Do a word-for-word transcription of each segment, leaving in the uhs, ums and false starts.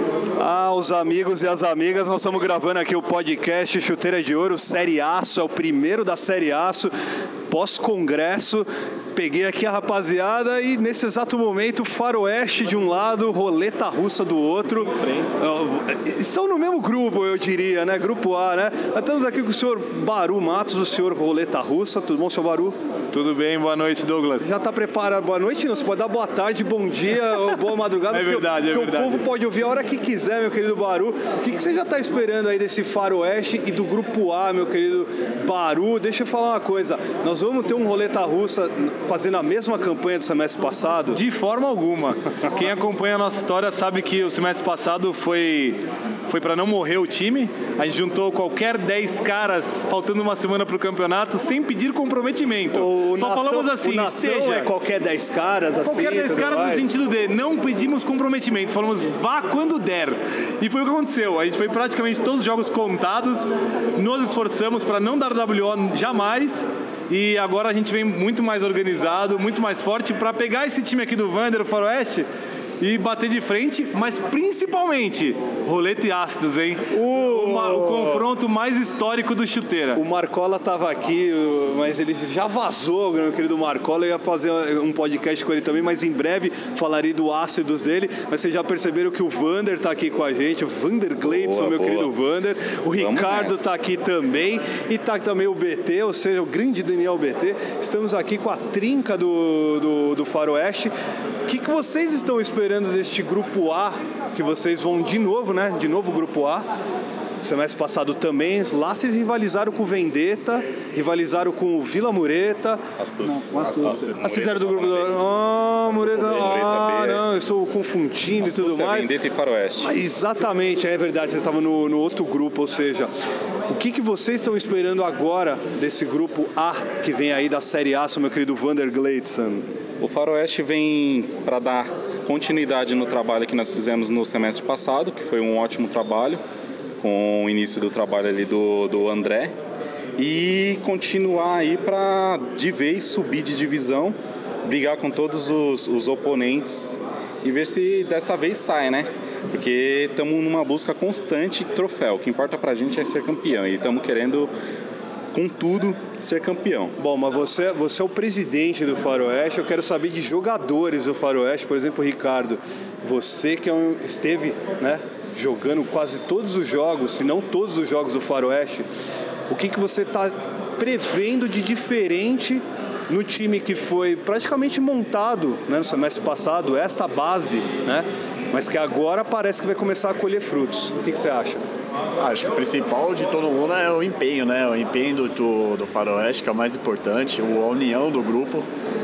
Ah, os amigos e as amigas, nós estamos gravando aqui o podcast Chuteira de Ouro, Série Aço, é o primeiro da Série Aço, pós-congresso. Peguei aqui a rapaziada e nesse exato momento, Faroeste de um lado, Roleta Russa do outro. Estão no mesmo grupo, eu diria, né? Grupo A, né? Estamos aqui com o senhor Baru Matos, o senhor Roleta Russa. Tudo bom, senhor Baru? Tudo bem, boa noite, Douglas. Já está preparado? Boa noite, não. Você pode dar boa tarde, bom dia ou boa madrugada. É verdade, porque, é verdade. O povo pode ouvir a hora que quiser, meu querido Baru. O que, que você já está esperando aí desse Faroeste e do Grupo A, meu querido Baru? Deixa eu falar uma coisa. Nós vamos ter um Roleta Russa fazendo a mesma campanha do semestre passado? De forma alguma. Quem acompanha a nossa história sabe que o semestre passado foi, foi para não morrer o time. A gente juntou qualquer dez caras, faltando uma semana para o campeonato, sem pedir comprometimento. O Só nação, falamos assim, o nação seja... é qualquer dez caras, assim... Qualquer dez caras vai. no sentido de não pedimos comprometimento. Falamos, vá quando der. E foi o que aconteceu. A gente foi praticamente todos os jogos contados. Nos esforçamos para não dar W O jamais. E agora a gente vem muito mais organizado, muito mais forte para pegar esse time aqui do Vander, o Faroeste, e bater de frente, mas principalmente Roleta e Ácidos, hein? O... O, o confronto mais histórico do Chuteira. O Marcola estava aqui, mas ele já vazou, meu querido Marcola. Eu ia fazer um podcast com ele também, mas em breve falarei do Ácidos dele. Mas vocês já perceberam que o Vander está aqui com a gente, o Vander Gleidson, meu boa. querido Vander. O Vamos Ricardo está aqui também, e está também o B T, ou seja, o grande Daniel B T. Estamos aqui com a trinca do, do, do Faroeste. O que, que vocês estão esperando deste Grupo A, que vocês vão de novo, né? De novo Grupo A. O semestre passado também, lá vocês rivalizaram com o Vendetta, rivalizaram com o Vila Mureta. Astúcia. Não, Astúcia. Ah, vocês eram do grupo do... Ah, Mureta, ah, não, eu estou confundindo Astúcia, e tudo mais. Vendetta e Faroeste. Ah, exatamente, é verdade, vocês estavam no, no outro grupo, ou seja, o que, que vocês estão esperando agora desse Grupo A, que vem aí da Série A, meu querido Vander Gleidson? O Faroeste vem para dar continuidade no trabalho que nós fizemos no semestre passado, que foi um ótimo trabalho, com o início do trabalho ali do, do André, e continuar aí para de vez subir de divisão, brigar com todos os, os oponentes e ver se dessa vez sai, né? Porque estamos numa busca constante de troféu. O que importa pra gente é ser campeão e estamos querendo, com tudo, ser campeão. Bom, mas você, você é o presidente do Faroeste, eu quero saber de jogadores do Faroeste, por exemplo, Ricardo, você que é um, esteve, né, jogando quase todos os jogos, se não todos os jogos do Faroeste, o que, que você está prevendo de diferente no time que foi praticamente montado, né, no semestre passado, esta base, né, mas que agora parece que vai começar a colher frutos? O que, que você acha? Ah, acho que o principal de todo mundo é o empenho, né? O empenho do, do, do Faroeste, que é o mais importante, a união do grupo,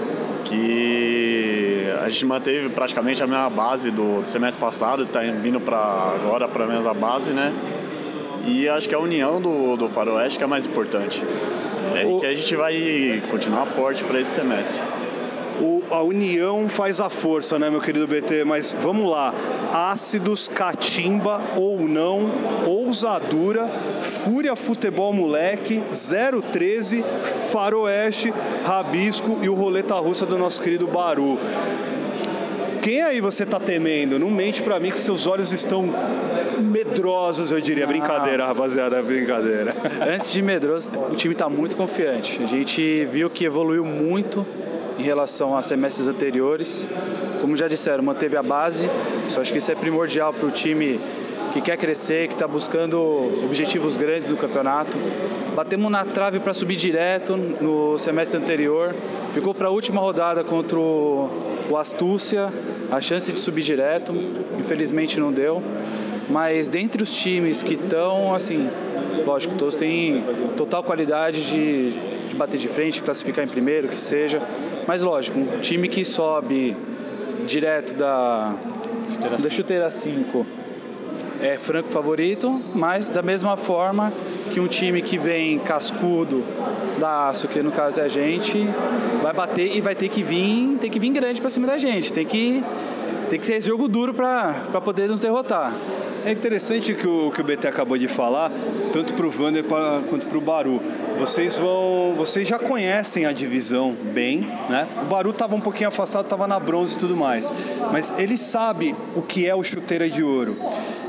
que a gente manteve praticamente a mesma base do, do semestre passado, está vindo para agora para a mesma base, né? E acho que a união do, do Faroeste que é mais importante. É aí que a gente vai continuar forte para esse semestre. O, a união faz a força, né, meu querido B T? Mas vamos lá. Ácidos, Catimba ou não, Ousadura, Fúria Futebol Moleque, zero treze, Faroeste, Rabisco e o Roleta Russa do nosso querido Baru. Quem aí você tá temendo? Não mente pra mim que seus olhos estão medrosos, eu diria. Brincadeira, ah. rapaziada, brincadeira. Antes de medroso, o time tá muito confiante. A gente viu que evoluiu muito em relação a semestres anteriores. Como já disseram, manteve a base. Só acho que isso é primordial para o time que quer crescer, que está buscando objetivos grandes do campeonato. Batemos na trave para subir direto no semestre anterior. Ficou para a última rodada contra o, o Astúcia, a chance de subir direto. Infelizmente não deu. Mas dentre os times que estão, assim, lógico, todos têm total qualidade de, de bater de frente, classificar em primeiro, que seja. Mas lógico, um time que sobe direto da, da chuteira cinco é franco favorito, mas da mesma forma que um time que vem cascudo da Aço, que no caso é a gente, vai bater e vai ter que vir, tem que vir grande para cima da gente, tem que, tem que ser jogo duro para poder nos derrotar. É interessante que o que o B T acabou de falar, tanto para o Vander quanto para o Baru. Vocês vão, vocês já conhecem a divisão bem, né? O Baru estava um pouquinho afastado, estava na bronze e tudo mais, mas ele sabe o que é o Chuteira de Ouro.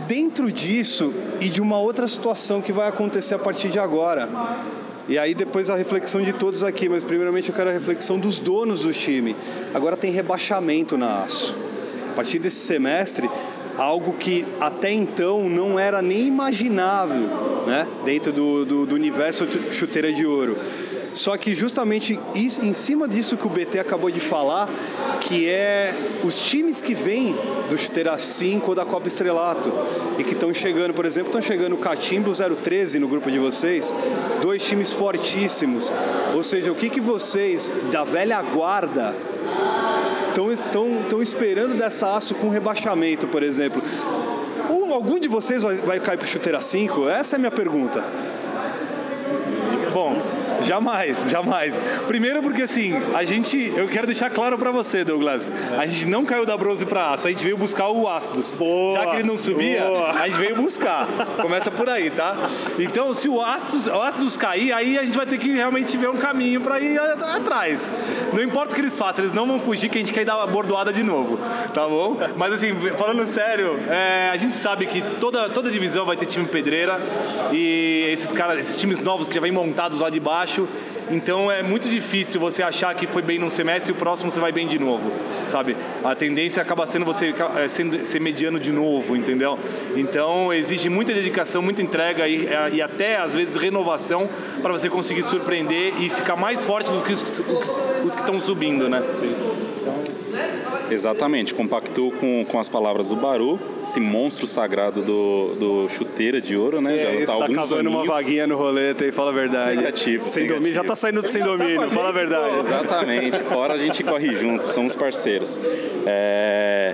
dentro disso e de uma outra situação que vai acontecer a partir de agora, e aí depois a reflexão de todos aqui, mas primeiramente eu quero a reflexão dos donos do time. Agora tem rebaixamento na Aço. A partir desse semestre, algo que até então não era nem imaginável, né, dentro do, do, do universo chuteira de ouro. Só que justamente isso, em cima disso que o B T acabou de falar, que é os times que vêm do Chuteira cinco ou da Copa Estrelato e que estão chegando, por exemplo, estão chegando o Catimbo zero treze no grupo de vocês, dois times fortíssimos. Ou seja, o que, que vocês, da velha guarda, estão esperando dessa Aço com rebaixamento, por exemplo? Ou algum de vocês vai, vai cair para o Chuteira cinco? Essa é a minha pergunta. Bom, jamais, jamais. Primeiro porque assim, a gente, eu quero deixar claro pra você, Douglas, a gente não caiu da bronze pra aço, a gente veio buscar o Ácidos. Boa, já que ele não subia, boa. A gente veio buscar. Começa por aí, tá? Então, se o Ácidos, o Ácidos cair, aí a gente vai ter que realmente ver um caminho pra ir atrás. Não importa o que eles façam, eles não vão fugir que a gente quer dar uma bordoada de novo, tá bom? Mas assim, falando sério, é, a gente sabe que toda, toda divisão vai ter time pedreira e esses caras, esses times novos que já vêm montados lá de baixo, então é muito difícil você achar que foi bem num semestre e o próximo você vai bem de novo, sabe? A tendência acaba sendo você é, sendo, ser mediano de novo, entendeu? Então exige muita dedicação, muita entrega e, e até às vezes renovação para você conseguir surpreender e ficar mais forte do que os, os, os que estão subindo, né? Sim. Exatamente, compactou com, com as palavras do Baru, esse monstro sagrado do, do Chuteira de Ouro, né? É, já está alguns cavando aninhos. Uma vaguinha no roleta aí, fala a verdade. Negativo, sem negativo. domínio, já está saindo do sem domínio, tá fala a verdade. Pô. Exatamente, fora a gente corre junto, somos parceiros. É,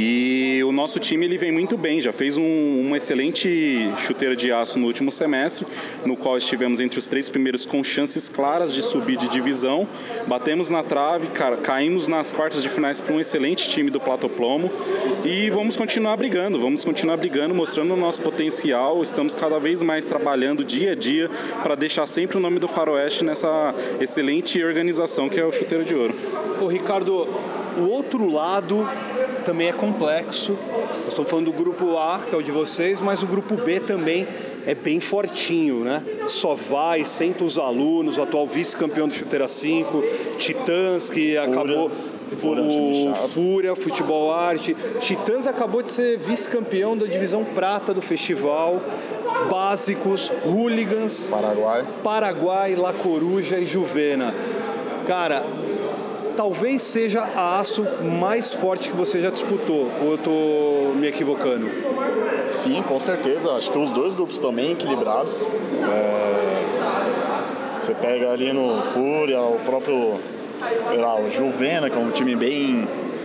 e o nosso time ele vem muito bem, já fez um, uma excelente chuteira de aço no último semestre, no qual estivemos entre os três primeiros com chances claras de subir de divisão, batemos na trave, ca- caímos nas quartas de finais para um excelente time do Platoplomo e vamos continuar brigando, vamos continuar brigando, mostrando o nosso potencial, estamos cada vez mais trabalhando dia a dia para deixar sempre o nome do Faroeste nessa excelente organização que é o Chuteira de Ouro. Ô Ricardo, o outro lado também é complexo, nós estamos falando do grupo A, que é o de vocês, mas o grupo B também é bem fortinho, né? Só vai, senta os alunos, o atual vice-campeão do Chuteira cinco, Titãs, que Fúria. acabou... Fúria, o Fúria, Futebol Arte. Titãs acabou de ser vice-campeão da divisão prata do festival. Básicos, Hooligans, Paraguai, Paraguai, La Coruja e Juvena. Cara, talvez seja a aço mais forte que você já disputou, ou eu tô me equivocando? Sim, com certeza. Acho que os dois grupos estão bem equilibrados. É... Você pega ali no Fúria, o próprio lá, o Juvena, que é um time bem...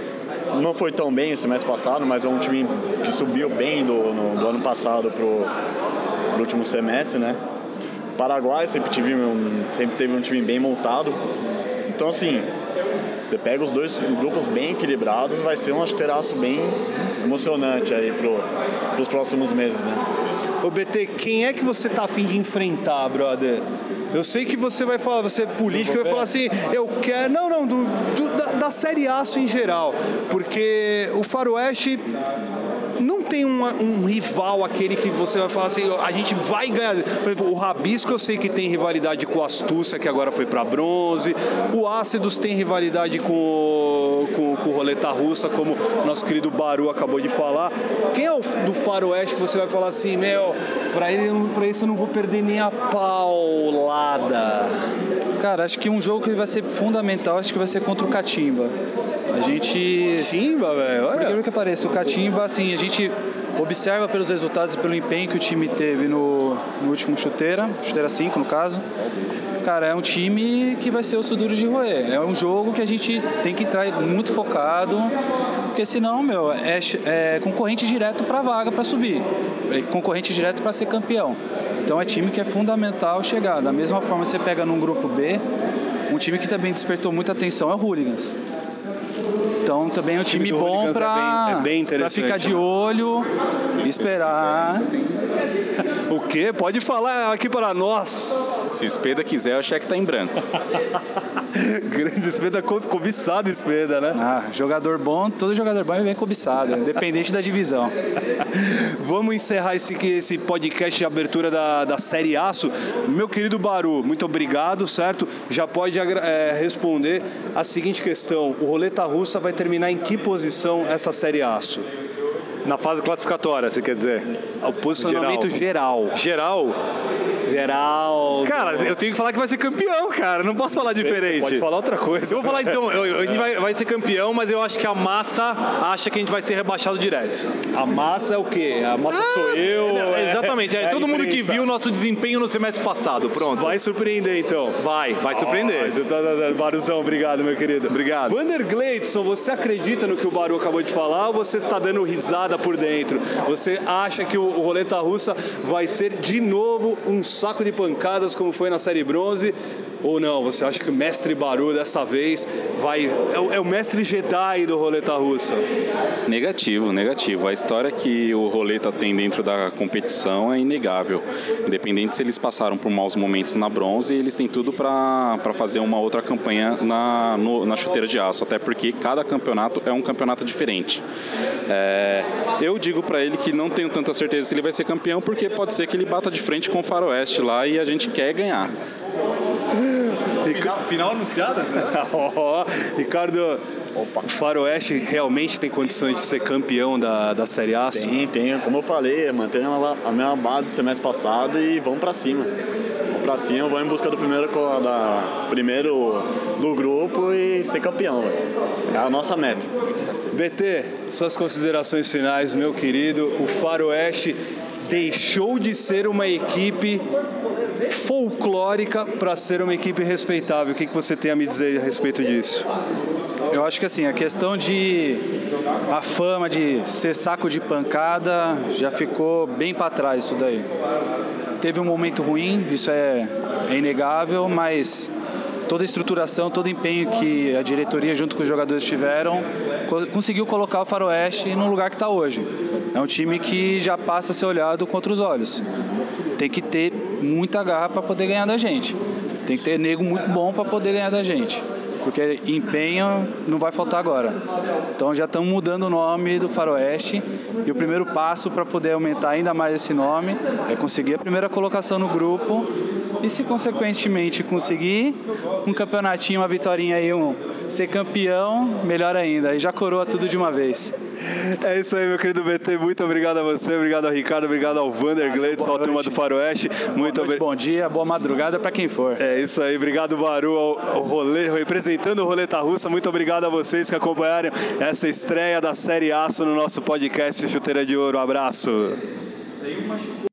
Não foi tão bem esse mês passado, mas é um time que subiu bem do, no, do ano passado pro, pro último semestre, né? Paraguai sempre teve, um, sempre teve um time bem montado. Então, assim, você pega os dois grupos bem equilibrados, vai ser um chuteiraço bem emocionante aí pro, pros próximos meses, né? Ô B T, quem é que você tá a fim de enfrentar, brother? Eu sei que você vai falar, você é político, vai falar assim, eu quero... Não, não, do, do, da, da Série Aço em geral, porque o Faroeste não tem uma, um rival, aquele que você vai falar assim, a gente vai ganhar. Por exemplo, o Rabisco eu sei que tem rivalidade com o Astúcia, que agora foi para bronze. O Ácidos tem rivalidade com, com, com o Roleta Russa, como nosso querido Baru acabou de falar. Quem é o do Faroeste que você vai falar assim, meu, pra ele, pra esse eu não vou perder nem a paulada? Cara, acho que um jogo que vai ser fundamental, acho que vai ser contra o Catimba. A gente... Catimba, velho, olha. Porque, que aparece, o Catimba, assim, a gente observa pelos resultados e pelo empenho que o time teve no, no último chuteira, chuteira cinco no caso. Cara, é um time que vai ser osso duro de roer. É um jogo que a gente tem que entrar muito focado, porque senão, meu, é, é concorrente direto pra vaga pra subir. É concorrente direto pra ser campeão. Então é time que é fundamental chegar. Da mesma forma, você pega num grupo B, um time que também despertou muita atenção é o Hooligans. Então também é um time, time bom para é é ficar de olho, esperar. O quê? Pode falar aqui para nós. Se Espeda quiser, o cheque tá em branco. Grande Espeda, cobiçado Espeda, né? Ah, jogador bom, todo jogador bom é bem cobiçado, independente da divisão. Vamos encerrar esse, esse podcast de abertura da, da Série Aço. Meu querido Baru, muito obrigado, certo? Já pode é, responder a seguinte questão: o Roleta Russa vai terminar em que posição essa Série Aço? Na fase classificatória, você quer dizer? O posicionamento geral. Geral? Geral. Cara, eu tenho que falar que vai ser campeão, cara. Não posso falar diferente. Você pode falar outra coisa. Eu vou falar então, eu, eu, a gente vai, vai ser campeão, mas eu acho que a massa acha que a gente vai ser rebaixado direto. A massa é o quê? A massa ah, sou eu. É, exatamente. É, é todo mundo que viu o nosso desempenho no semestre passado. Pronto. Vai surpreender então. Vai, vai surpreender. Oh, Baruzão, obrigado, meu querido. Obrigado. Vander Gleidson, você acredita no que o Baru acabou de falar ou você está dando risada por dentro? Você acha que o, o Roleta Russa vai ser de novo um saco de pancadas como foi na Série Bronze? Ou não? Você acha que o mestre Baru dessa vez vai é o, é o mestre Jedi do Roleta Russa? Negativo, negativo. A história que o Roleta tem dentro da competição é inegável. Independente se eles passaram por maus momentos na Bronze, eles têm tudo para fazer uma outra campanha na, no, na chuteira de aço, até porque cada campeonato é um campeonato diferente. É, eu digo para ele que não tenho tanta certeza se ele vai ser campeão, porque pode ser que ele bata de frente com o Faroeste lá e a gente quer ganhar. Final, final anunciada? Né? oh, Ricardo, Opa. O Faroeste realmente tem condições de ser campeão da, da Série A? Tem, tem. Como eu falei, mantendo a mesma base do semestre passado e vamos pra cima. Vamos pra cima, vamos em busca do primeiro, da, primeiro do grupo e ser campeão. É a nossa meta. B T, suas considerações finais, meu querido. O Faroeste deixou de ser uma equipe folclórica para ser uma equipe respeitável. O que, que você tem a me dizer a respeito disso? Eu acho que assim, a questão de a fama de ser saco de pancada já ficou bem para trás isso daí. Teve um momento ruim, isso é, é inegável, mas toda a estruturação, todo o empenho que a diretoria junto com os jogadores tiveram conseguiu colocar o Faroeste no lugar que está hoje. É um time que já passa a ser olhado com outros olhos. Tem que ter muita garra para poder ganhar da gente. Tem que ter nego muito bom para poder ganhar da gente. Porque empenho não vai faltar agora. Então já estamos mudando o nome do Faroeste e o primeiro passo para poder aumentar ainda mais esse nome é conseguir a primeira colocação no grupo e, se consequentemente conseguir um campeonatinho, uma vitória aí, um, ser campeão, melhor ainda. Aí já coroa tudo de uma vez. É isso aí, meu querido B T. Muito obrigado a você, obrigado ao Ricardo, obrigado ao Vander Gleidson, à turma do Faroeste. Muito noite, bom dia, boa madrugada para quem for. É isso aí, obrigado Baru, ao, ao rolê, representando o Roleta Russa. Muito obrigado a vocês que acompanharam essa estreia da Série Aço no nosso podcast Chuteira de Ouro. Um abraço.